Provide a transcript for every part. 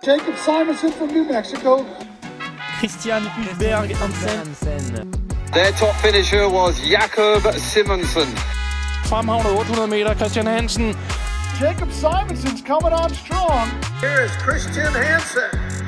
Jacob Simonson from New Mexico. Christian Hulberg Hansen. Their top finisher was Jakob Simonsen. Fremhavnet 800 meter, Christian Hansen. Jacob Simonson's coming on strong. Here is Christian Hansen.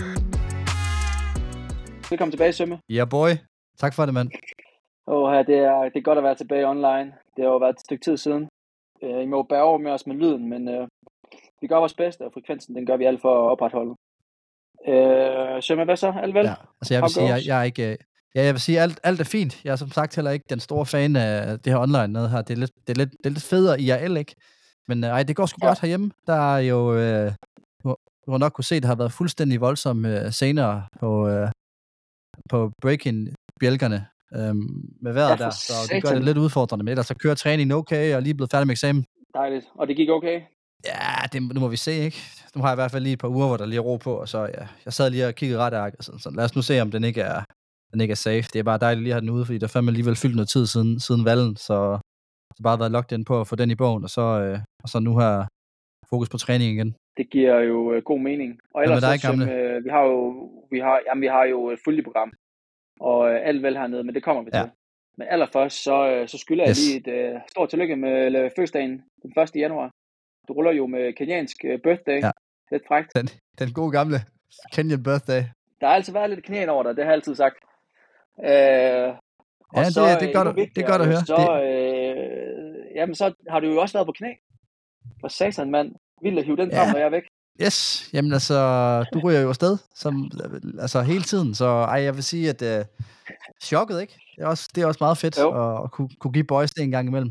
Velkommen tilbage, Sømme. Ja, boy. Tak for det, mand. Det er godt at være tilbage online. Det har jo været et stykke tid siden. I må bære over med os med lyden, men vi gør vores bedste, og frekvensen, den gør vi alt for at opretholde. Sømme, hvad så? Alt vel? Ja, altså jeg vil sige, jeg er ikke... Ja, jeg vil sige, alt er fint. Jeg er som sagt heller ikke den store fan af det her online noget her. Det er lidt federe IRL, ikke? Men det går sgu godt herhjemme. Der er jo... du har nok kunne se, der har været fuldstændig voldsomme scener på break-in-bjælkerne med vejret der. Så det gør det lidt udfordrende. Men ellers så kører træningen okay, og lige blevet færdig med eksamen. Dejligt. Og det gik okay? Ja, nu må vi se, ikke? Nu har jeg i hvert fald lige et par uger, hvor der lige er ro på, og så jeg sad lige og kiggede ret ark, så lad os nu se, om den ikke er safe. Det er bare dejligt lige at have den ude, fordi der fandme alligevel fyldt noget tid siden valgen, så bare været logget ind på at få den i bogen, og så nu har fokus på træning igen. Det giver jo god mening. Og ellers vi har jo et fuldt program, og alt vel hernede, men det kommer vi til. Men allerførst, så skylder jeg lige et stort tillykke med fødselsdagen den 1. januar. Du ruller jo med kenyansk birthday. Ja. Lidt frækt. Den gode gamle Kenyan birthday. Der har altid været lidt kenyan over dig, det har jeg altid sagt. Det er godt at høre. Så har du jo også været på knæ. For satan, mand. Vildt at hive den frem, når jeg er væk. Yes, jamen altså, du ryger jo afsted hele tiden, så jeg vil sige, at chokket, ikke? Det er også meget fedt at kunne give boys det en gang imellem.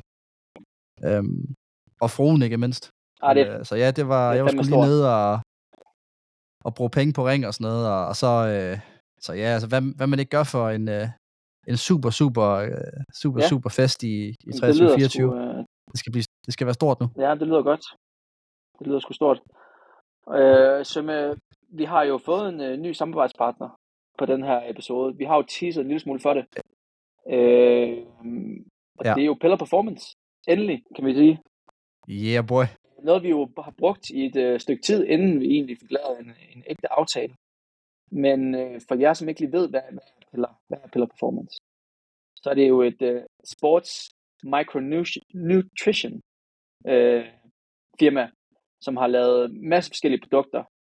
Og fruen ikke mindst. Så ja, jeg var sgu lige nede og bruge penge på ring og sådan noget, og så ja, altså hvad man ikke gør for en super fest i 23-24. Det skal være stort nu. Ja, det lyder godt. Det lyder sgu stort. Vi har jo fået en ny samarbejdspartner på den her episode. Vi har jo teaset en lille smule for det. Det er jo Peller Performance. Endelig, kan vi sige. Yeah, boy. Noget vi jo har brugt i et stykke tid, inden vi egentlig fik lavet en ægte aftale. Men for jer, som ikke lige ved, hvad er Peller Performance, så er det jo et sports micronutrition firma, som har lavet masse forskellige produkter,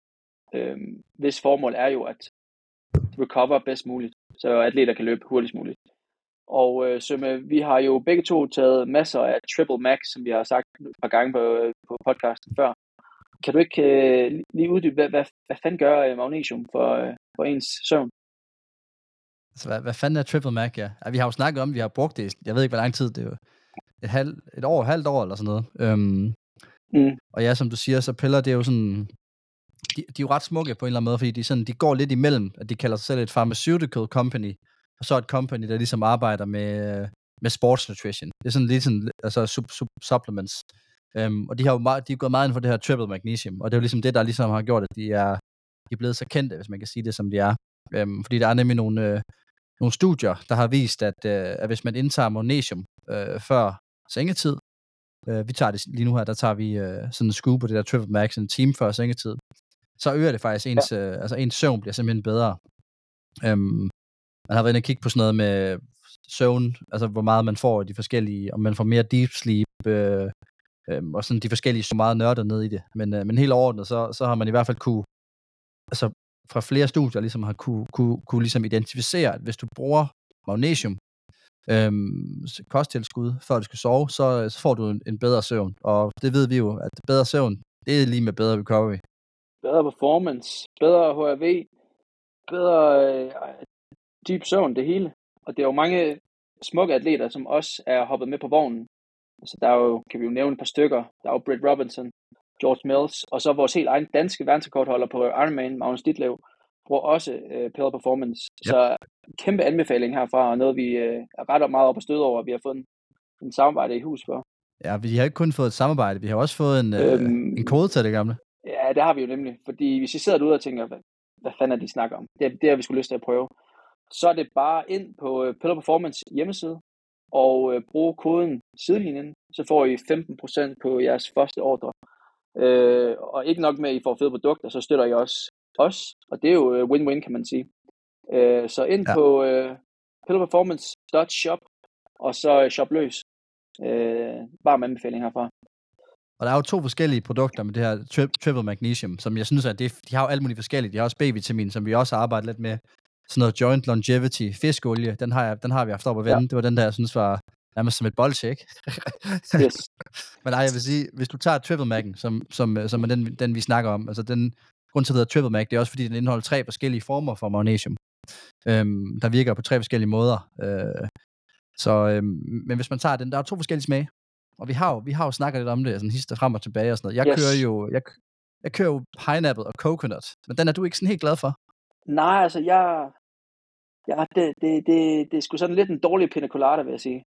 hvis formål er jo at recover bedst muligt, så atleter kan løbe hurtigst muligt. Og vi har jo begge to taget masser af Triple Max, som vi har sagt et par gange på podcasten før. Kan du ikke lige uddybe, hvad fanden gør magnesium for ens søvn? Altså, hvad fanden er Triple Mac, ja? Vi har jo snakket om, vi har brugt det, jeg ved ikke, hvor lang tid, det er jo halvt år eller sådan noget. Og ja, som du siger, så Peller, det er jo sådan, de er jo ret smukke på en eller anden måde, fordi de går lidt imellem, at de kalder sig selv et pharmaceutical company, og så et company, der ligesom arbejder med sports nutrition. Det er sådan lidt sådan, altså supplements. Og de er gået meget ind for det her triple magnesium, og det er jo ligesom det, der ligesom har gjort, at de er blevet så kendte, hvis man kan sige det, som de er. Fordi der er nemlig nogle studier, der har vist, at hvis man indtager magnesium før sengetid, vi tager det lige nu her, der tager vi sådan en scoop på det der Triple Max en time før sengetid, så øger det faktisk ens søvn bliver simpelthen bedre. Man har været inde og kigge på sådan noget med søvn, altså hvor meget man får de forskellige, om man får mere deep sleep, og sådan de forskellige, så meget nørdet ned i det. Men helt overordnet, så har man i hvert fald altså fra flere studier ligesom har kunne ligesom identificere, at hvis du bruger magnesium, kosttilskud, før du skal sove, så får du en bedre søvn. Og det ved vi jo, at bedre søvn, det er lige med bedre recovery. Bedre performance, bedre HRV, bedre dyb søvn, det hele. Og det er jo mange smukke atleter, som også er hoppet med på vognen. Altså der er jo, kan vi jo nævne et par stykker. Der er jo Britt Robinson, George Mills, og så vores helt egen danske verdensrekordholder på Ironman, Magnus Ditlev, bruger også Peller Performance. Yep. Så kæmpe anbefaling herfra, og noget vi er ret meget op og støde over, at vi har fået en samarbejde i hus for. Ja, vi har ikke kun fået et samarbejde, vi har også fået en kode til det gamle. Ja, det har vi jo nemlig, fordi hvis I sidder derude og tænker, hvad fanden er de snakker om? Det har vi skulle lyst til at prøve. Så er det bare ind på Peller Performance hjemmeside, og bruge koden sidelinjen, så får I 15% på jeres første ordre. Og ikke nok med, at I får fede produkter, så støtter I også os, og det er jo win-win, kan man sige. Så ind på pillarperformance.shop, og så shop løs. Bare med anbefaling herfra. Og der er jo 2 forskellige produkter med det her triple magnesium, som jeg synes, at de har jo alt muligt forskelligt. De har også B-vitamin, som vi også har arbejdet lidt med. Sådan noget joint longevity, fiskolie, den har vi haft op at vende. Ja. Det var den der, jeg synes var nærmest som et boldshake. Yes. Men jeg vil sige, hvis du tager triple mag'en, som er den vi snakker om, altså den grund til at det hedder triple mag, det er også fordi, den indeholder 3 forskellige former for magnesium, der virker på 3 forskellige måder. Men hvis man tager den, der er 2 forskellige smage. Og vi har jo snakket lidt om det, sådan hister frem og tilbage og sådan noget. Jeg kører jo pineapple og coconut, men den er du ikke sådan helt glad for? Nej, altså det er sgu sådan lidt en dårlig pina colada, vil jeg sige.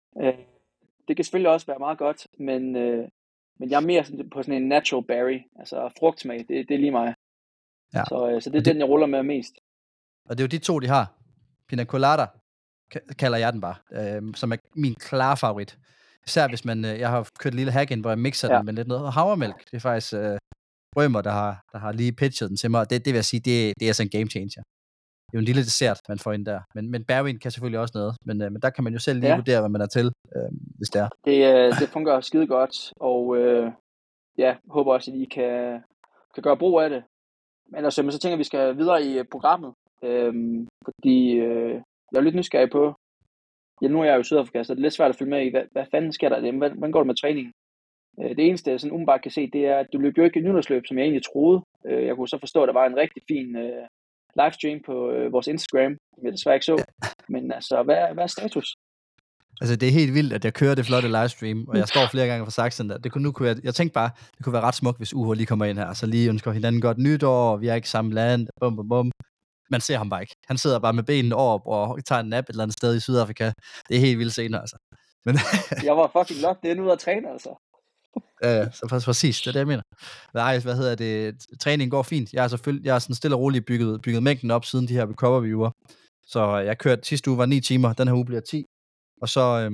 Det kan selvfølgelig også være meget godt, men jeg er mere sådan på sådan en natural berry, altså frugtsmag, det er lige mig. Ja. Så det er den, jeg ruller med mest. Og det er jo de 2, de har. Pina colada, kalder jeg den bare, som er min klare favorit. Især hvis jeg har kørt et lille hack ind, hvor jeg mixer den med lidt noget havremælk. Det er faktisk Rømer, der har lige pitchet den til mig. Det vil jeg sige, det er sådan en game changer. Det er jo en lille dessert, man får ind der. Men berryen kan selvfølgelig også noget. Men der kan man jo selv lige vurdere, hvad man er til, hvis det er. Det fungerer skide godt, og håber også, at I kan gøre brug af det. Men altså, så tænker jeg, at vi skal videre i programmet. Fordi jeg er lidt nysgerrig på, nu er jeg jo i Sydafrika, så det er lidt svært at følge med i, hvad fanden sker der? Hvordan går det med træningen? Det eneste, jeg sådan umiddelbart kan se, det er, at du løb jo ikke et nytårsløb, som jeg egentlig troede. Jeg kunne så forstå, at der var en rigtig fin livestream på vores Instagram, som jeg desværre ikke så. Men altså, hvad er status? Altså, det er helt vildt, at jeg kører det flotte livestream, og jeg står flere gange for Saxon der. Jeg tænkte bare, det kunne være ret smukt, hvis UH lige kommer ind her, så lige ønsker hinanden godt nytår, og vi er ikke samme land, bum. Man ser ham bare ikke. Han sidder bare med benene over og tager en nap et eller andet sted i Sydafrika. Det er helt vildt senere, altså. Men jeg var fucking locked ind ud at træne, altså. Ja, så præcis, det er det, jeg mener. Træningen går fint. Jeg er sådan stille og roligt bygget mængden op siden de her recovery-uger. Så jeg kørte sidste uge var 9 timer, den her uge bliver 10. Og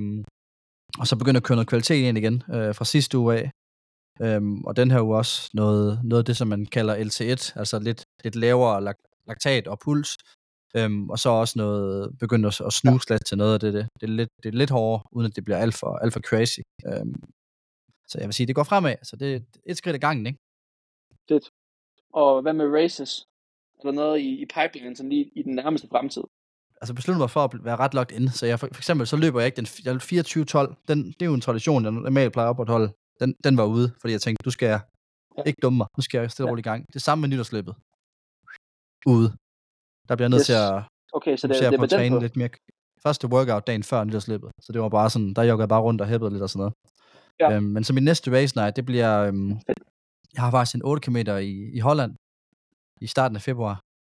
så begynder at køre noget kvalitet ind igen fra sidste uge af. Og den her uge også noget af det, som man kalder LT1, altså lidt lavere laktat og puls. Og så også noget begyndt at snuse lidt til noget af det. Det er lidt hårdere, uden at det bliver alt for crazy. Så jeg vil sige, det går fremad. Så det er et skridt ad gangen, ikke? Fedt. Og hvad med races? Er der noget i pipelinen sådan lige i den nærmeste fremtid? Altså besluttede mig for at være ret locked in. Så jeg for eksempel, så løber jeg ikke den 24-12. Det er jo en tradition, jeg normalt plejer at opretholde. Den var ude, fordi jeg tænkte, du skal ikke dumme mig. Nu skal jeg stille roligt i gang. Det samme med nytårsløbet. Ude. Der bliver jeg nødt til at det på træne lidt mere. Første workout dagen før nytårsløbet. Så det var bare sådan, der joggede jeg bare rundt og hæppede lidt og sådan noget. Ja. Men så min næste race night, det bliver, jeg har faktisk en 8 km i Holland i starten af februar.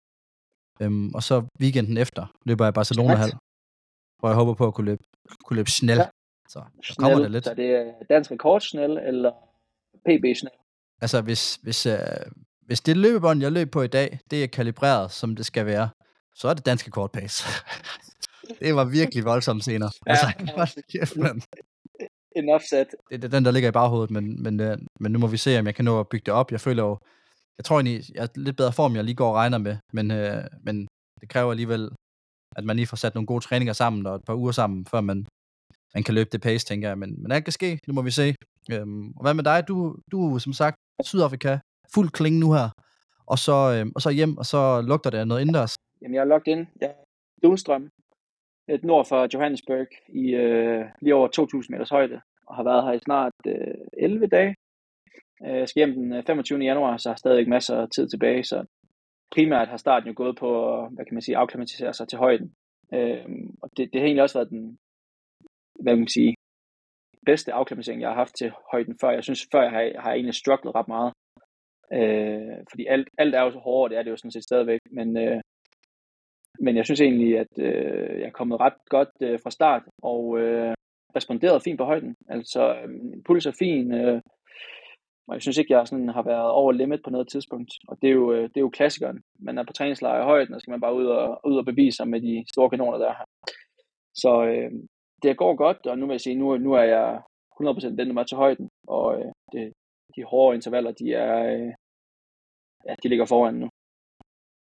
Og så weekenden efter løber jeg Barcelona-hal, hvor jeg håber på at kunne løbe snel. Ja. Så der kommer det lidt. Så det er dansk rekord snel, eller PB snel? Altså hvis det løbebånd, jeg løb på i dag, det er kalibreret, som det skal være, så er det danske kortpace. Det var virkelig voldsomt senere. Ja, altså, kæft, mand. En offset. Det er den, der ligger i baghovedet, men nu må vi se, om jeg kan nå at bygge det op. Jeg tror egentlig, jeg er lidt bedre form, jeg lige går og regner med, men det kræver alligevel, at man lige får sat nogle gode træninger sammen, og et par uger sammen, før man kan løbe det pace, tænker jeg. Men alt kan ske, nu må vi se. Og hvad med dig? Du som sagt, Sydafrika, fuld kling nu her, og så hjem, og så lugter det noget indendørs. Jamen, jeg er logget ind. Jeg er Dunstrøm, lidt nord for Johannesburg, i lige over 2.000 meters højde, og har været her i snart 11 dage. Jeg skal hjem den 25. januar, så har stadig masser af tid tilbage, så primært har starten jo gået på, hvad kan man sige, afklimatisere sig til højden. Og det har egentlig også været den, hvad kan man sige, bedste afklimatisering, jeg har haft til højden før. Jeg synes, før jeg har egentlig strugglet ret meget. Fordi alt er jo så hårdt, det er det jo sådan set stadigvæk, men jeg synes egentlig, at jeg er kommet ret godt fra start, og responderet fint på højden. Altså, puls er fin, og jeg synes ikke, jeg sådan har været over limit på noget tidspunkt. Og det er jo klassikeren. Man er på træningslejr i højden, og skal man bare ud og bevise sig med de store kanoner, der er her. Så det går godt, og nu vil jeg sige, nu er jeg 100% den, der er til højden, og de hårde intervaller, de ligger foran nu.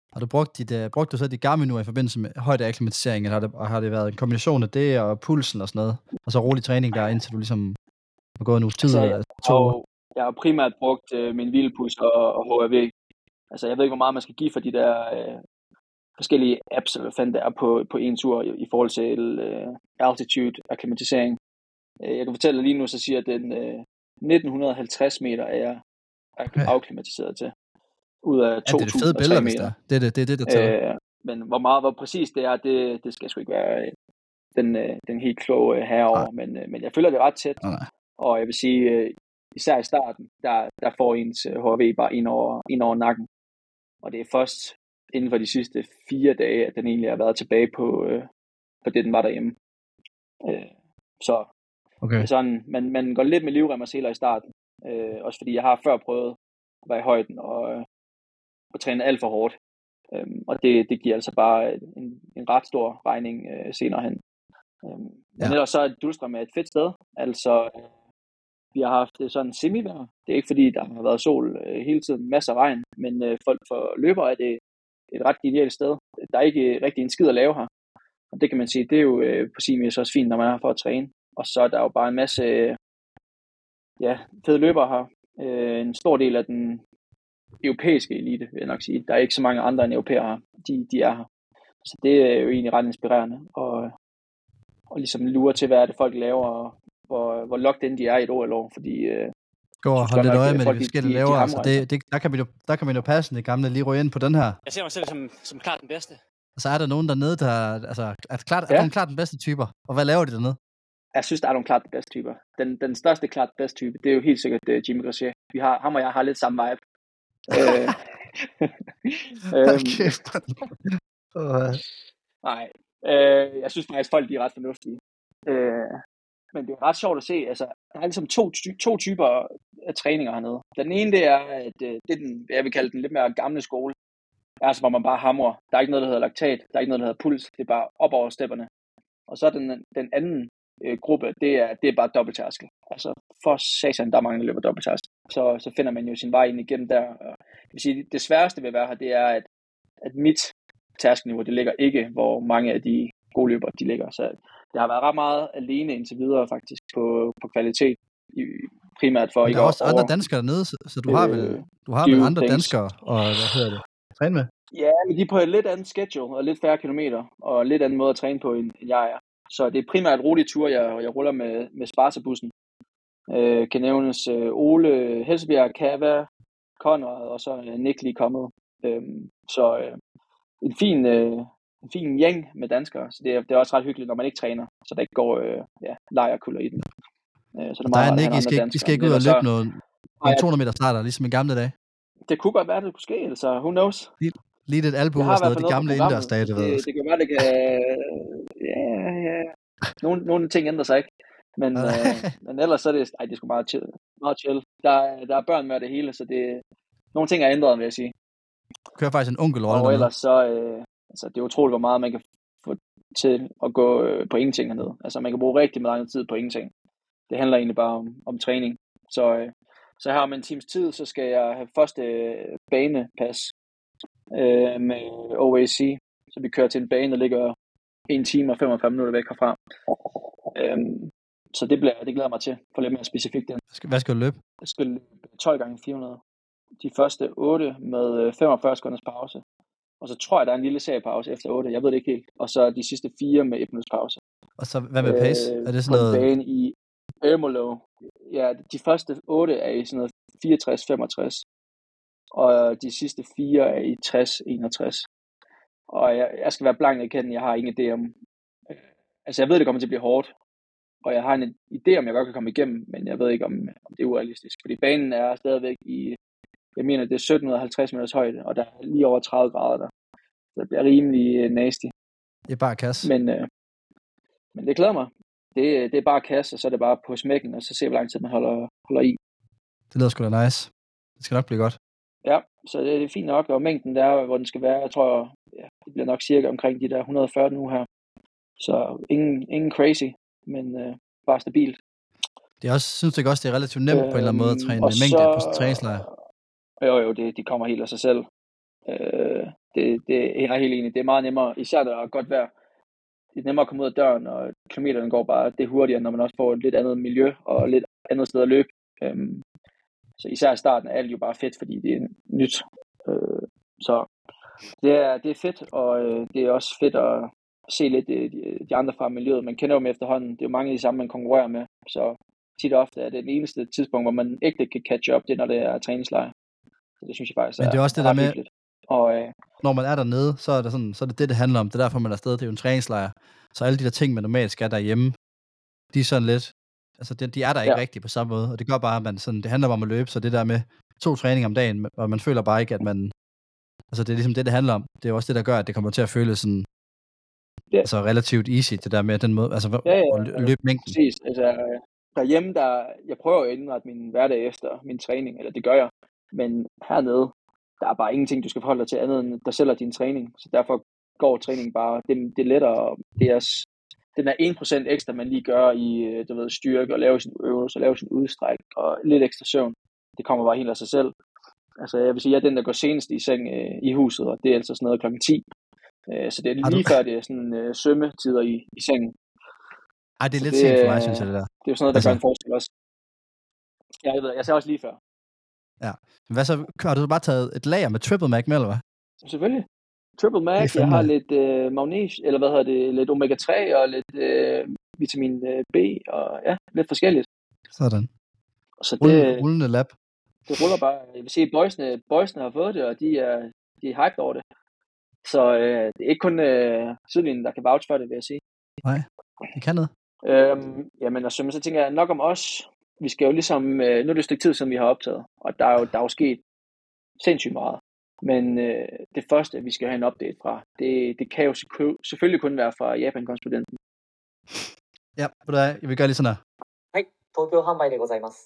Har du brugt du så dit Garmin-ur i forbindelse med højdeakklimatisering, eller har det været en kombination af det og pulsen og sådan noget? Og så rolig træning der, indtil du ligesom har gået en uges tid? Altså, jeg har primært brugt min hvilepuls og HRV. Altså, jeg ved ikke, hvor meget man skal give for de der forskellige apps, eller hvad fanden det er på en tur i forhold til altitude akklimatisering. Jeg kan fortælle lige nu, så siger den 1950 meter er jeg afklimatiseret til. Ud af 2.003 det er det fede billeder, meter. Det er det, der tæller. Men hvor præcis det er, det skal sgu ikke være den helt kloge herover. Men jeg føler det ret tæt. Og jeg vil sige, især i starten, der får ens HRV bare ind over nakken. Og det er først inden for de sidste 4 dage, at den egentlig har været tilbage på det, den var derhjemme. Så det er sådan, man går lidt med livrem og seler i starten. Også fordi jeg har før prøvet at være i højden og træne alt for hårdt. Og det giver altså bare en ret stor regning senere hen. Men ellers så er Dullstrøm et fedt sted. Altså, vi har haft sådan semivejr. Det er ikke fordi, der har været sol hele tiden, masser af regn, men folk for løber er det et ret genialt sted. Der er ikke rigtig en skid at lave her. Og det kan man sige, det er jo på sin vis også fint, når man er her for at træne. Og så er der jo bare en masse fede løbere her. En stor del af den europæiske elite, vil jeg nok sige. Der er ikke så mange andre end europæere her. De er her. Så det er jo egentlig ret inspirerende. Og ligesom lure til, hvad er det folk laver, og hvor locked in de er i et OL-år. Fordi gå og hold lidt øje med de forskellige laver. Altså der kan man jo passe det gamle lige ryge ind på den her. Jeg ser mig selv som klart den bedste. Og så er der nogen dernede, der altså, er nogle klart den bedste typer. Og hvad laver de dernede? Jeg synes, der er nogle klart den bedste typer. Den største klart bedste type, det er jo helt sikkert Jimmy Grosjean. Ham og jeg har lidt samme vibe. Nej. Jeg synes faktisk, folk de er ret fornuftige. Men det er ret sjovt at se. Altså, der er ligesom to typer af træninger hernede. Den ene, det er, at det er den, jeg vil kalde den lidt mere gamle skole. Altså, hvor man bare hamrer. Der er ikke noget, der hedder laktat. Der er ikke noget, der hedder puls. Det er bare op over stepperne. Og så er den anden gruppe, det er bare dobbelttærskel. Altså, for satan, der er mange, der løber dobbelttærskel. Så finder man jo sin vej ind igennem der. Jeg vil sige, det sværeste ved at være her, det er, at mit tærskelniveau, det ligger ikke, hvor mange af de gode løbere, de ligger. Så det har været ret meget alene indtil videre, faktisk, på kvalitet. Primært for ikke at... Der er også andre danskere dernede, så du har vel andre danskere, og hvad hedder det, træne med? Ja, men de er på et lidt andet schedule, og lidt færre kilometer, og lidt anden måde at træne på, end jeg er. Så det er primært rolig tur, jeg ruller med Sparta-bussen. Kan nævnes Ole Helsebjerg, Kava, Conrad, og så Nick lige kommet. En fin gang med danskere, så det er også ret hyggeligt, når man ikke træner, så der ikke går lejrkulder i den. Så der er Nick, I skal ikke ud og løbe nogle 200 meter starter, ligesom i gamle dage? Det kunne godt være, det kunne ske, altså who knows? Lige et albu og sådan noget, de gamle indendørsdage, det ved jeg. Det kan være, det kan... Nogle ting ændrer sig ikke. Men ellers så er det... Ej, det er sgu meget chill. Der er børn med det hele, så det... Nogle ting er ændret, vil jeg sige. Du kører faktisk en onkelrolle. Og ellers så... altså, det er utroligt, hvor meget man kan få til at gå på ingenting hernede. Altså, man kan bruge rigtig meget tid på ingenting. Det handler egentlig bare om træning. Så her om en times tid, så skal jeg have første banepas med OAC. Så vi kører til en bane, der ligger 1 time og 45 minutter væk herfra. Så det glæder jeg mig til, for lidt mere specifikt. Hvad skal du løbe? Jeg skal løbe 12 gange 400. De første 8 med 45 sekunders pause. Og så tror jeg, der er en lille seriepause efter 8. Jeg ved det ikke helt. Og så de sidste 4 med 1 minuts pause. Og så hvad med pace? Er det sådan noget... bane i Ermelo. Ja, de første 8 er i sådan noget 64-65. Og de sidste 4 er i 60-61. Og jeg skal være blank erkende, jeg har ingen idé om... Altså, jeg ved, det kommer til at blive hårdt. Og jeg har en idé om, jeg godt kan komme igennem, men jeg ved ikke, om det er urealistisk. Fordi banen er stadigvæk i... Jeg mener, det er 1750 meters højde, og der er lige over 30 grader der. Så det bliver rimelig nasty. Det er bare kasse. Men det glæder mig. Det er bare kasse, og så er det bare på smækken, og så ser vi, hvor lang tid man holder i. Det lyder sgu da nice. Det skal nok blive godt. Ja, så det er fint nok, og mængden der, hvor den skal være, jeg tror, det bliver nok cirka omkring de der 140 nu her. Så ingen crazy, men bare stabilt. Det er også, synes jeg også, det er relativt nemt på en eller anden måde at træne med mængde på sådan en træningslejr. Jo, det kommer helt af sig selv. Det er jeg helt enig. Det er meget nemmere, især der er godt vejr. Det er nemmere at komme ud af døren, og kilometerne går bare det hurtigere, når man også får et lidt andet miljø og lidt andet sted at løbe. Så især i starten er alt jo bare fedt, fordi det er nyt. Så det er fedt, og det er også fedt at se lidt de andre fra miljøet. Man kender jo dem efterhånden. Det er jo mange af de samme, man konkurrerer med. Så tit og ofte er det eneste tidspunkt, hvor man ægte kan catch up, det er, når det er træningslejr. Så det synes jeg faktisk Men det er også det der med, hyggeligt. Og, når man er dernede, så er det det handler om. Det er derfor, man er afsted. Det er jo en træningslejr. Så alle de der ting, man normalt skal derhjemme, de er sådan lidt, altså de er der ikke rigtigt på samme måde. Og det gør bare, at man sådan, det handler om at løbe, så det der med 2 træninger om dagen, og man føler bare ikke, at man, altså det er ligesom det handler om. Det er også det, der gør, at det kommer til at føles sådan, altså relativt easy, det der med den måde, altså at løbe mængden. Præcis, altså derhjemme, jeg prøver at indrette min hverdag efter min træning, eller det gør jeg, men hernede, der er bare ingenting, du skal forholde dig til andet end dig selv og din træning, så derfor går træningen bare, det er lettere, det er den er 1% ekstra, man lige gør i, styrke, og lave sin øvelse, og lave sin udstræk, og lidt ekstra søvn, det kommer bare helt af sig selv. Altså jeg vil sige, jeg er den, der går senest i seng i huset, og det er altså sådan noget 10:00. Så det er lige før det er sådan svømmetider i sengen. Ej, det er lidt sent for mig, synes jeg, det der. Det er jo sådan noget, der gør en forskel også. Ja, jeg ved, jeg ser også lige før. Ja. Hvad så? Har du bare taget et lager med Triple Mac med, eller hvad? Selvfølgelig. Triple Mac, jeg har lidt magnesium, eller hvad hedder det, lidt omega-3 og lidt vitamin B, og ja, lidt forskelligt. Sådan. Så det rullende lab. Det ruller bare. Jeg vil sige, at boysene har fået det, og de er hyped over det. Så det er ikke kun sidelinjen, der kan vouch for det, vil jeg sige. Nej, det kan noget. Jamen, og så tænker jeg nok om os. Vi skal jo ligesom, nu er det et stykke tid siden, vi har optaget, og der er jo sket sindssygt meget. Men det første, vi skal have en update fra, det kan jo selvfølgelig kun være fra Japan-korrespondenten. Ja, jeg vil gøre lige sådan her. Hej, Tokyo Hanbai de gozaimasu.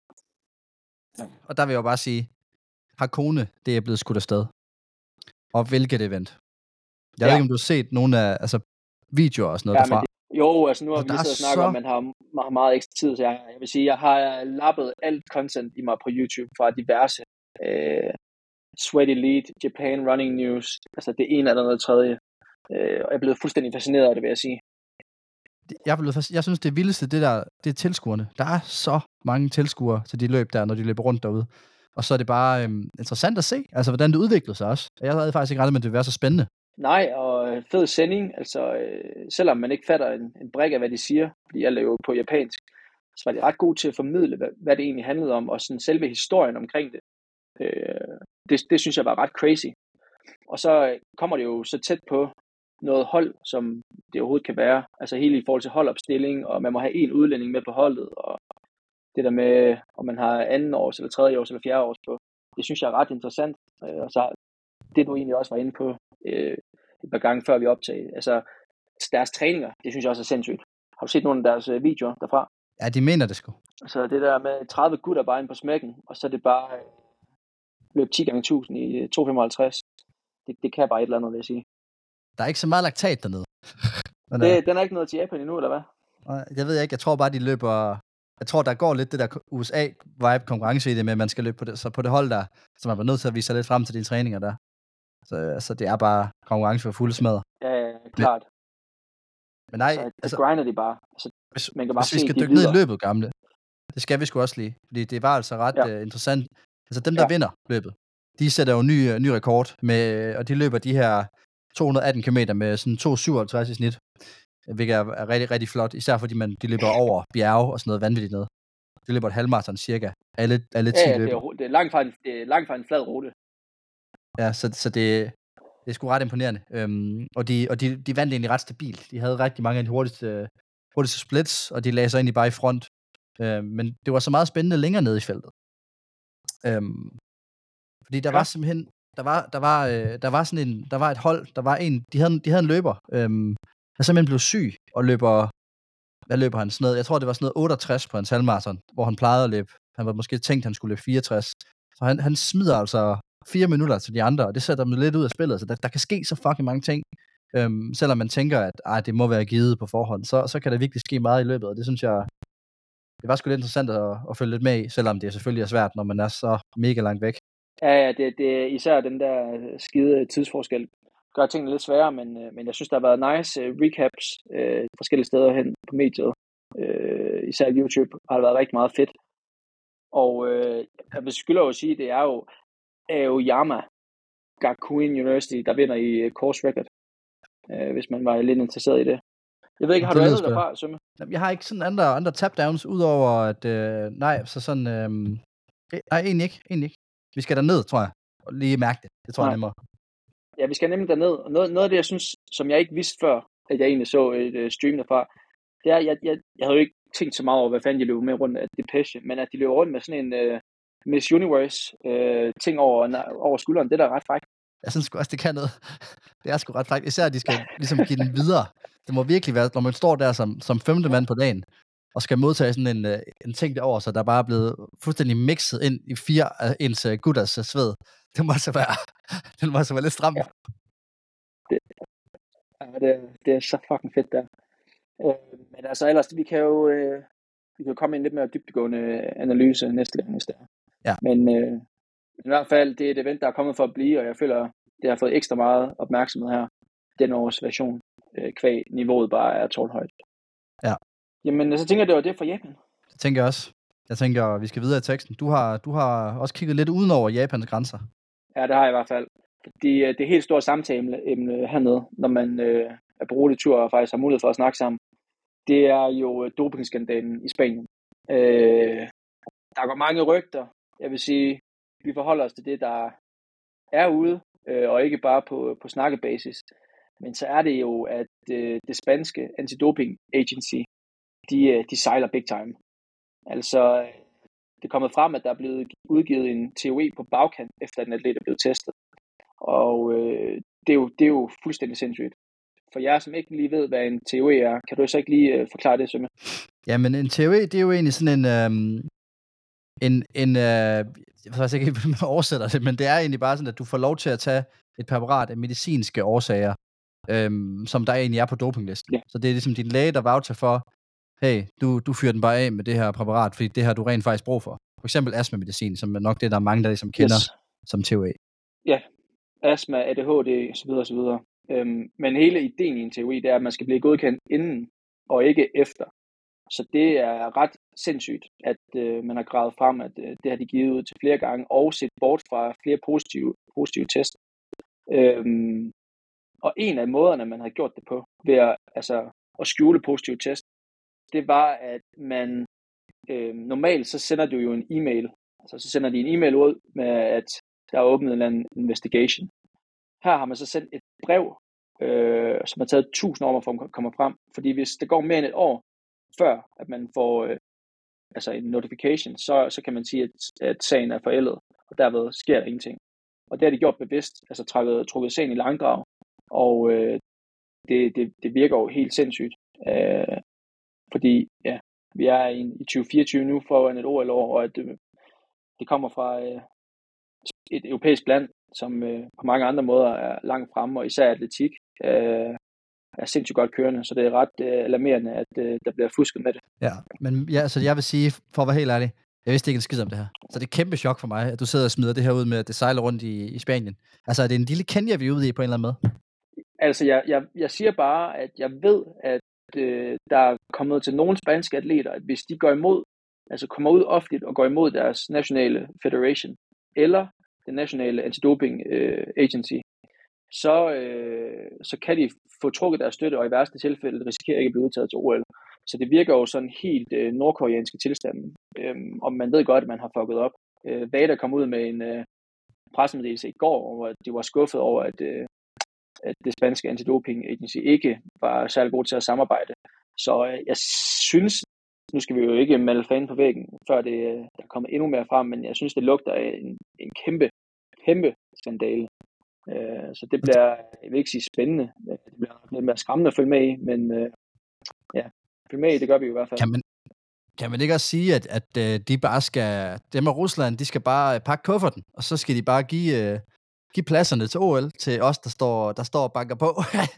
Og der vil jeg jo bare sige, Hakone, det er blevet skudt afsted. Og hvilket event. Jeg ved ikke, om du har set nogle af videoer og sådan noget derfra. Jo, altså nu har vi lige siddet og snakket om, at man har meget ekstra tid, så jeg vil sige, jeg har lappet alt content i mig på YouTube fra diverse Sweat Elite, Japan Running News, altså det ene eller noget tredje. Og jeg er blevet fuldstændig fascineret af det, vil jeg sige. Jeg synes, det vildeste, det er tilskuerne. Der er så mange tilskuere til de løb der, når de løber rundt derude. Og så er det bare interessant at se, altså hvordan det udvikler sig også. Jeg havde faktisk ikke regnet med, at det ville være så spændende. Nej, og fed sending, altså selvom man ikke fatter en brik af, hvad de siger, fordi alt er jo på japansk, så var de ret gode til at formidle, hvad det egentlig handlede om, og sådan selve historien omkring det. Det synes jeg var ret crazy. Og så kommer det jo så tæt på noget hold, som det overhovedet kan være, altså helt i forhold til holdopstilling, og man må have en udlænding med på holdet, og det der med, om man har anden års, eller tredje års, eller fjerde års på, det synes jeg er ret interessant. Og så det du egentlig også var inde på et par gange før vi optagede, altså deres træninger, det synes jeg også er sindssygt. Har du set nogle af deres videoer derfra? Ja, de mener det sgu. Så det der med 30 gutter bare inde på smækken, og så er det bare løb 10 gange 1000 i 2,55. Det kan bare et eller andet, vil jeg sige. Der er ikke så meget laktat dernede. Den er ikke noget til Japan endnu, eller hvad? Jeg ved ikke, jeg tror bare, de løber... Jeg tror, der går lidt det der USA-vibe konkurrence i det med, at man skal løbe på det hold der, så man var nødt til at vise sig lidt frem til dine træninger der. Så det er bare konkurrence for fulde smadre. Ja, klart. Men nej, så grinder de bare. Altså, man kan bare hvis vi skal dykke ned i løbet, gamle, det skal vi sgu også lige, fordi det var altså ret interessant. Altså dem, der vinder løbet, de sætter jo ny rekord, og de løber de her 218 km med sådan 2,57 i snit, hvilket er rigtig, rigtig flot, især fordi de løber over bjerge og sådan noget vanvittigt noget. De løber et halvmarathon cirka, alle 10 løber. Det er langt fra en flad rute. Ja, så det er sgu ret imponerende. Og de vandt egentlig ret stabilt. De havde rigtig mange af de hurtigste splits, og de lagde sig egentlig bare i front. Men det var så meget spændende længere nede i feltet. Fordi der var simpelthen, der var et hold, de havde en løber, der simpelthen blev syg, og hvad løber han? Sådan noget, jeg tror, det var sådan noget 68 på hans halvmarathon, hvor han plejede at løbe. Han var måske tænkt, han skulle løbe 64. Så han smider altså 4 minutter til de andre, og det sætter dem lidt ud af spillet. Så der kan ske så fucking mange ting. Selvom man tænker, at det må være givet på forhånd, så kan der virkelig ske meget i løbet, og det synes jeg, det var sgu lidt interessant at følge lidt med i, selvom det selvfølgelig er svært, når man er så mega langt væk. Ja, det er især den der skide tidsforskel. gør tingene lidt sværere, men jeg synes, der har været nice recaps forskellige steder hen på mediet. Især YouTube har det været rigtig meget fedt. Og jeg vil skylde at sige, det er jo Aoyama Gakuen University, der vinder i course record, hvis man var lidt interesseret i det. Jeg ved ikke, har du andet derfra, Sømme? Jeg har ikke sådan andre tap-downs, udover at, nej, så sådan, nej, egentlig ikke. Vi skal derned, tror jeg, og lige mærke det. Det tror jeg nemmere. Ja, vi skal nemlig derned. Og noget af det, jeg synes, som jeg ikke vidste før, at jeg egentlig så et stream derfra, det er, jeg havde jo ikke tænkt så meget over, hvad fanden de løb med rundt af Depeche, men at de løber rundt med sådan en Miss Universe ting over skulderen, det der er ret frækt. Jeg synes sgu også, det kan noget. Det er sgu ret frækt. Især, at de skal ligesom give den videre. Det må virkelig være, når man står der som femte mand på dagen, og skal modtage sådan en ting derover, så der bare er blevet fuldstændig mixet ind i 4 af ens gutters sved. Det må så være lidt stramt. Ja. Det er så fucking fedt der. Men altså ellers, vi kan jo komme ind lidt mere dybdegående analyse næste gang, hvis det er. Ja. Men i hvert fald, det er et event, der er kommet for at blive, og jeg føler, det har fået ekstra meget opmærksomhed her. Den års version, kvæg niveauet bare er tårnhøjt. Ja. Jamen, så tænker jeg, det var det for Japan. Det tænker jeg også. Jeg tænker, vi skal videre i teksten. Du har også kigget lidt uden over Japans grænser. Ja, det har jeg i hvert fald. Fordi det helt store samtaleemne hernede, når man er på rolig tur og faktisk har mulighed for at snakke sammen, det er jo dopingskandalen i Spanien. Der går mange rygter. Jeg vil sige, vi forholder os til det, der er ude, og ikke bare på snakkebasis. Men så er det jo, at det spanske antidoping agency, de sejler big time. Altså, det er kommet frem, at der er blevet udgivet en TOE på bagkant, efter at en atlet er blevet testet. Og det er jo fuldstændig sindssygt. For jer, som ikke lige ved, hvad en TOE er, kan du så ikke lige forklare det, Sømme? Jamen, en TOE, det er jo egentlig sådan jeg ved faktisk ikke, hvordan man oversætter det, men det er egentlig bare sådan, at du får lov til at tage et præparat af medicinske årsager, som der egentlig er på dopinglisten. Ja. Så det er ligesom din læge, der voucher for, hey, du fyrer den bare af med det her præparat, fordi det har du rent faktisk brug for. For eksempel astmamedicin, som er nok det, der er mange, der ligesom kender som TOE. Ja, astma, ADHD osv. Men hele ideen i en TOE, det er, at man skal blive godkendt inden og ikke efter. Så det er ret sindssygt, at man har gravet frem, at det har de givet ud til flere gange, og set bort fra flere positive test. Og en af måderne, man har gjort det på, ved at skjule positive test, det var, at man normalt så sender du jo en e-mail. Altså så sender de en e-mail ud med, at der er åbnet en eller anden investigation. Her har man så sendt et brev, som har taget 1000 år for at komme frem. Fordi hvis det går mere end et år, før at man får en notification, så kan man sige, at sagen er forældet, og derved sker der ingenting. Og det har de gjort bevidst, altså trukket sagen i langdrag, og det virker jo helt sindssygt. Fordi ja, vi er i 2024 nu foran et OL-år, og at det kommer fra et europæisk land, som på mange andre måder er langt fremme, og især atletik er sindssygt godt kørende, så det er ret alarmerende, at der bliver fusket med det. Ja, men ja, så jeg vil sige, for at være helt ærlig, jeg vidste ikke en skid om det her. Så det er et kæmpe chok for mig, at du sidder og smider det her ud med, at det sejler rundt i Spanien. Altså, er det en lille Kenya, vi er ude i på en eller anden måde? Altså, jeg siger bare, at jeg ved, at der er kommet til nogle spanske atleter, at hvis de går imod, altså kommer ud offentligt og går imod deres nationale federation, eller den nationale antidoping agency, så kan de få trukket deres støtte, og i værste tilfælde risikerer ikke at blive udtaget til OL. Så det virker jo sådan helt nordkoreanske tilstanden. Og man ved godt, at man har fucket op. VADA kom ud med en pressemeddelelse i går, hvor de var skuffet over, at det spanske antidoping agency ikke var særlig god til at samarbejde. Så jeg synes, nu skal vi jo ikke melde fan på væggen, før der er kommet endnu mere frem, men jeg synes, det lugter af en kæmpe skandale. Så det bliver, jeg vil ikke sige spændende, det bliver lidt mere skræmmende at følge med i, men følge med i, det gør vi jo i hvert fald. Kan man ikke også sige, at de bare skal, dem af Rusland, de skal bare pakke kufferten, og så skal de bare give pladserne til OL, til os, der står og banker på?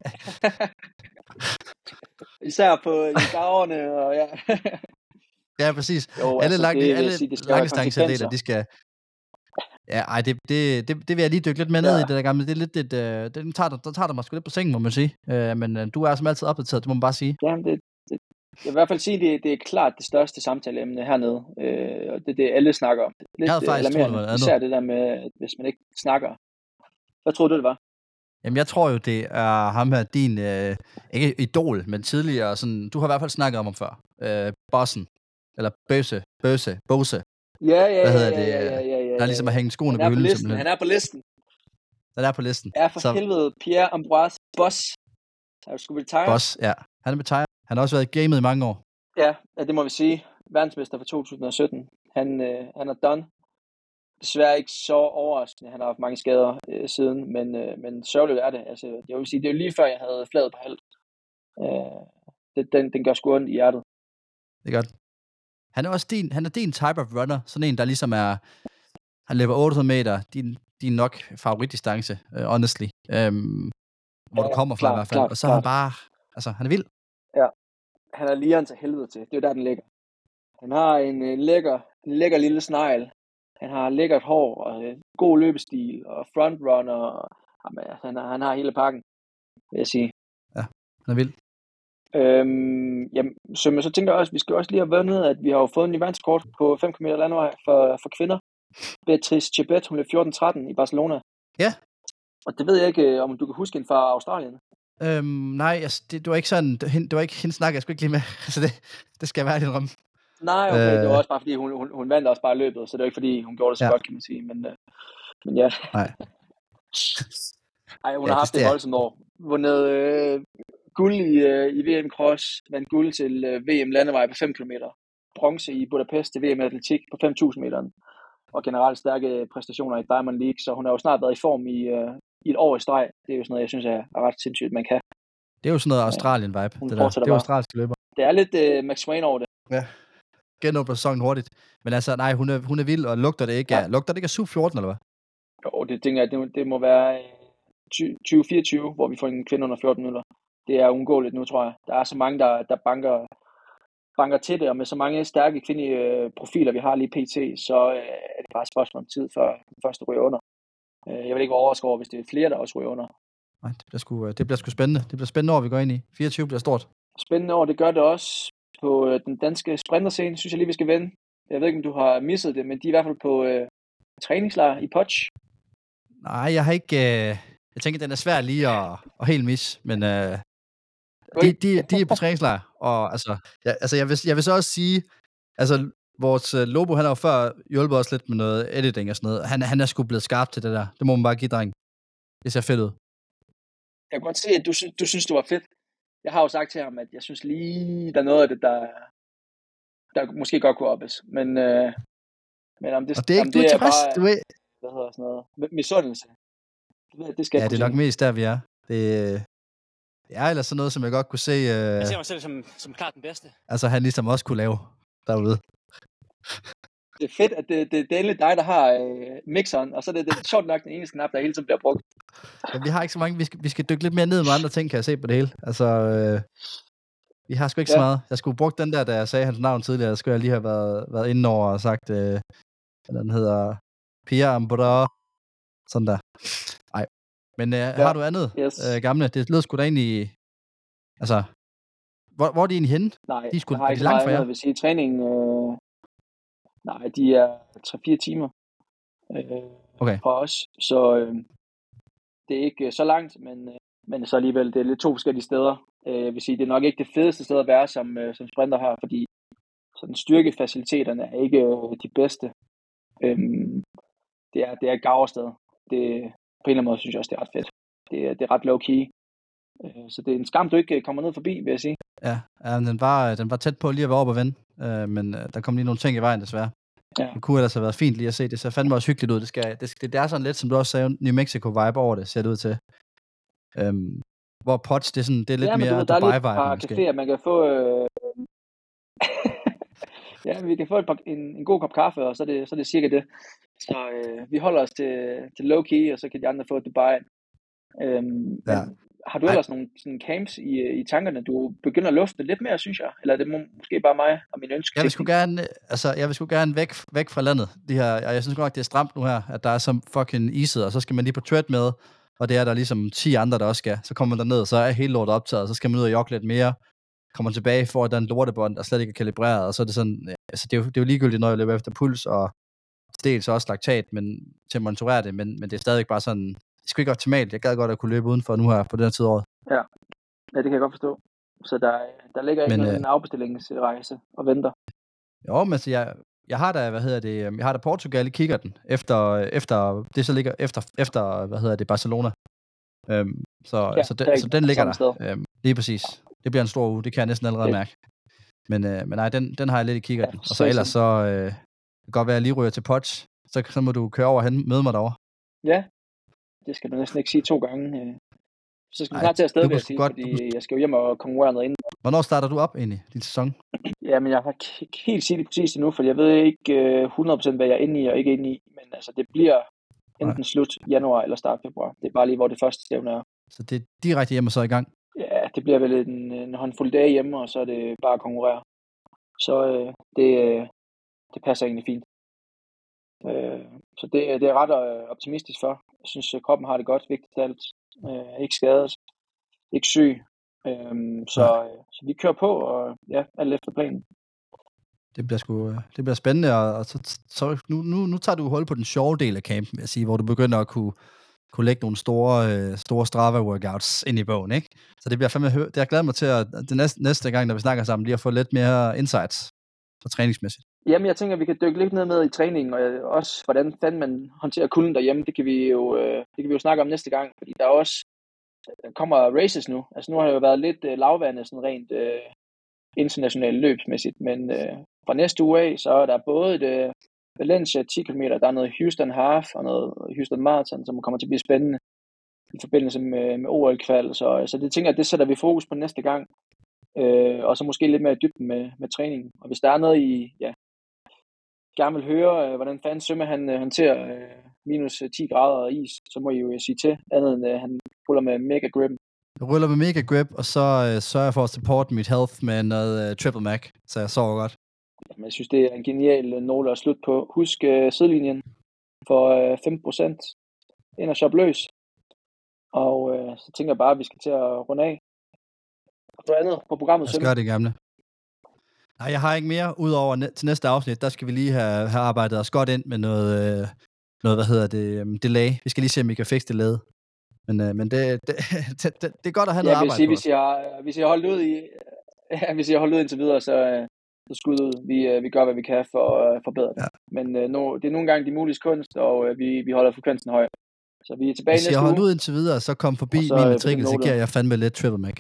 Især på garverne, og ja. Ja, præcis. Jo, alle langdistanceatleter, Ja, ej, det vil jeg lige dykke lidt mere ned i, det der gamle. Det er lidt den tager dig mig sgu lidt på sengen, må man sige. Men du er som altid opdateret, det må man bare sige. Ja, jeg vil i hvert fald sige, det er klart det største samtaleemne hernede. Og det er det, alle snakker om. Lidt Jeg havde faktisk troet, det var noget især det der med, hvis man ikke snakker. Hvad troede du, det var? Jamen, jeg tror jo, det er ham her, din, ikke idol, men tidligere, sådan, du har i hvert fald snakket om ham før. Bossen, eller Bose. Ja. Hvad hedder det? Der er ligesom at hænge skoene på hylden, simpelthen. Han er på listen. Den er på listen. Ja, for helvede. Pierre-Ambroise Boss. Er du sgu retire? Boss, ja. Han er retire. Han har også været i gamet i mange år. Ja, det må vi sige. Verdensmester for 2017. Han er done. Desværre ikke så overraskende. Han har haft mange skader siden, men sørgeligt er det. Altså, jeg vil sige, det er jo lige før, jeg havde fladet på halvt. Den gør sgu ondt i hjertet. Det er godt. Han er din type of runner. Sådan en, der ligesom er... Han løber 800 meter. Din nok favoritdistance, honestly. Hvor du kommer fra i hvert fald. Og så er han bare... Altså, han er vild. Ja. Han er ligeren til helvede til. Det er jo der, den ligger. Han har en lækker lille snegl. Han har lækkert hår og god løbestil og frontrunner. Han har hele pakken, vil jeg sige. Ja, han er vild. Jamen, så tænker jeg også, vi skal også lige have været ned, at vi har jo fået en ny verdenskort på 5 km landevej for kvinder. Beatrice Chebet, hun løb 14:13 i Barcelona. Ja. Og det ved jeg ikke, om du kan huske hende fra Australien. Nej, altså, det var ikke sådan, det var ikke hendes snak, jeg skulle ikke lige med. Altså, det skal jeg være i den rum. Nej, okay, det var også bare fordi, hun vandt også bare løbet, så det var ikke fordi, hun gjorde det så godt, kan man sige. Men ja. Nej. Ej, hun har haft et voldsomt år. Vundet guld i VM Cross, vandt guld til VM landevej på 5 km. Bronze i Budapest til VM Atletik på 5.000 meter. Og generelt stærke præstationer i Diamond League, så hun har jo snart været i form i et år i streg. Det er jo sådan noget, jeg synes er ret sindssygt, man kan. Det er jo sådan noget Australien-vibe. Det er australske løber. Det er lidt Max Swain over det. Ja. Genåbner sæsonen hurtigt. Men altså, nej, hun er vild, og lugter det ikke af sub 14, eller hvad? Jo, det tænker jeg, det må være 2024, hvor vi får en kvinde under 14 minutter. Det er uundgåeligt nu, tror jeg. Der er så mange, der banker til det, og med så mange stærke kvindelige profiler, vi har lige pt, så er det bare et spørgsmål om tid, før den første ryger under. Jeg vil ikke være overrasket over, hvis det er flere, der også ryger under. Nej, det bliver sgu spændende. Det bliver spændende år, vi går ind i. 24 bliver stort. Spændende år, det gør det også. På den danske sprinterscene, synes jeg lige, vi skal vende. Jeg ved ikke, om du har misset det, men de er i hvert fald på træningslejr i Potch. Nej, jeg har ikke... Jeg tænker, den er svær lige at helt misse, men de er på træningslejr. Og altså, jeg vil så også sige, altså, vores Lobo, han har jo før hjulpet os lidt med noget editing og sådan noget. Han er sgu blevet skarp til det der. Det må man bare give, dreng. Det ser fedt ud. Jeg kan godt se, at du synes, det var fedt. Jeg har jo sagt til ham, at jeg synes lige, der er noget af det, der måske godt kunne oppes. Men om det, og det er ikke, du er tilpas, bare, du ved. Hvad hedder sådan noget? Misundelse. Det skal ja, det er nok mest der, vi er. Det er ellers sådan noget, som jeg godt kunne se. Jeg ser mig selv som klart den bedste. Altså, han ligesom også kunne lave derude. Det er fedt, at det er endelig dig, der har mixeren, og så er det sjovt nok den eneste knap, der hele tiden bliver brugt. Ja, vi har ikke så mange. Vi skal dykke lidt mere ned med andre ting, kan jeg se på det hele. Altså, vi har sgu ikke så meget. Jeg skulle brugt den der, da jeg sagde hans navn tidligere, så skulle jeg lige have været inde over og sagt, den hedder Pierre-Ambroise. Sådan der. Nej. Men har du andet, gamle? Det lød sgu da egentlig... Altså, hvor er de egentlig henne? Nej, jeg har ikke langt fra jer? Jeg vil sige, træningen... Nej, de er 3-4 timer fra os. Så det er ikke så langt, men så alligevel, det er lidt 2 forskellige steder. Jeg vil sige, det er nok ikke det fedeste sted at være som sprinter her, fordi sådan styrkefaciliteterne er ikke de bedste. Det er et gaversted. På en eller anden måde synes jeg også, det er ret fedt. Det er ret low-key. Så det er en skam, du ikke kommer ned forbi, vil jeg sige. Ja, den var tæt på lige at være oppe og vende, men der kom lige nogle ting i vejen, desværre. Ja. Det kunne ellers have været fint lige at se. Det ser fandme også hyggeligt ud. Det er sådan lidt, som du også sagde, New Mexico-vibe over det, ser det ud til. Hvor Potts, det er lidt mere Dubai-vibe. Der er lidt caféer, man kan få... ja, vi kan få en god kop kaffe, og så er det cirka det. Så vi holder os til low-key, og så kan de andre få Dubai. Har du ellers nogle sådan camps i tankerne? Du begynder at lufte lidt mere, synes jeg. Eller er det måske bare mig og min ønske? Jeg vil sgu gerne væk fra landet. Jeg synes godt, det er stramt nu her, at der er så fucking iset, og så skal man lige på treadmill, og det er der ligesom 10 andre, der også skal. Så kommer man derned, så er hele lortet optaget, så skal man ud og jogge lidt mere, kommer tilbage for, at der er en lortebånd, der slet ikke er kalibreret, og så er det sådan, altså det er jo ligegyldigt, når jeg løber efter puls, og dels også laktat, men til at monitorere det, men det er stadigvæk bare sådan, det skal ikke optimalt. Jeg gad godt at kunne løbe udenfor nu her på den her tid af året. Ja, det kan jeg godt forstå. Så der ligger en afbestillingsrejse og venter. Jo, men så jeg har da, jeg har da Portugal i kikkerten, efter det så ligger efter Barcelona. Så den ligger der. Lige præcis. Det bliver en stor uge, det kan jeg næsten allerede mærke. Men nej, den har jeg lidt i kikkerten. Og så ellers så det kan godt være, at jeg lige ryger til Potch, så må du køre over og møde mig derovre. Ja, det skal du næsten ikke sige 2 gange. Så skal du snart til at afsted, vil jeg sige, fordi jeg skal jo hjem og konkurrere noget inden. Hvornår starter du op egentlig, din sæson? Ja, men jeg har ikke helt sige det præcis endnu, for jeg ved ikke 100% hvad jeg er inde i og ikke inde i. Men altså, det bliver enten slut januar eller start februar. Det er bare lige, hvor det første stævne er. Så det er direkte hjem og så i gang? Ja, det bliver vel en håndfuld dage hjemme, og så er det bare at konkurrere. Så det passer egentlig fint. Så det er ret optimistisk for. Jeg synes, at kroppen har det godt, vigtigt alt. Ikke skadet, ikke syg. Så vi kører på, og ja, alt efter planen. Det bliver spændende, og så nu tager du hul på den sjove del af campen, vil jeg sige, hvor du begynder at kunne lægge nogle store Strava-workouts ind i bogen, ikke? Så det bliver fandme det jeg glæder mig til, at det næste gang, når vi snakker sammen, lige at få lidt mere insights for træningsmæssigt. Jamen, jeg tænker, at vi kan dykke lidt ned med i træningen, og også, hvordan fanden man håndterer kulden derhjemme, det kan vi jo snakke om næste gang, fordi der kommer races nu. Altså, nu har det jo været lidt lavvandet, sådan rent internationalt løbsmæssigt, men fra næste uge af, så er der både et Valencia 10 km, der er noget Houston Half og noget Houston Marathon, som kommer til at blive spændende i forbindelse med OL-kval. Så det tænker jeg, det sætter vi fokus på næste gang, og så måske lidt mere i dybden med træningen. Og hvis der er noget, I gerne vil høre, hvordan fanden Sømme han håndterer minus 10 grader og is, så må I jo sige til, andet end han ruller med mega grip. Jeg ruller med mega grip, og så sørger jeg for at supporte mit health med noget triple mac, så jeg sover godt. Jamen, jeg synes, det er en genial note at slutte på. Husk sidelinjen for 5% ind og shoppe løs. Og så tænker jeg bare, at vi skal til at runde af. Og noget andet på programmet. Jeg skal gøre det, gamle. Nej, jeg har ikke mere. Udover til næste afsnit, der skal vi lige have arbejdet os godt ind med noget delay. Vi skal lige se, om vi kan fikse delayet. Men det er godt at have noget arbejde på. Hvis jeg holdt ud hvis jeg holdt ud indtil videre, så skud ud. Vi gør, hvad vi kan for at forbedre det. Ja. Men det er nogle gange de mulige kunst, og vi holder frekvensen høj. Så vi er tilbage næste uge. Hvis jeg holder ud indtil videre, så kom forbi min matrikel, så giver jeg fandme lidt triple mac.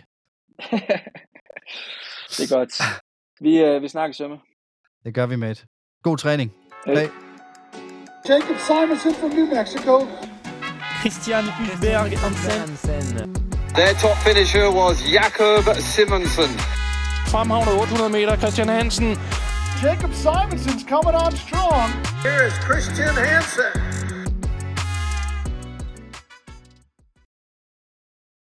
Det er godt. Vi snakker Sømme. Det gør vi, mate. God træning. Hej. Jacob Simonson from New Mexico. Christian Hulberg Hansen. Their top finisher was Jakob Simonsen. Fremhavnet 800 meter, Christian Hansen. Jacob Simonson's coming on strong. Here is Christian Hansen.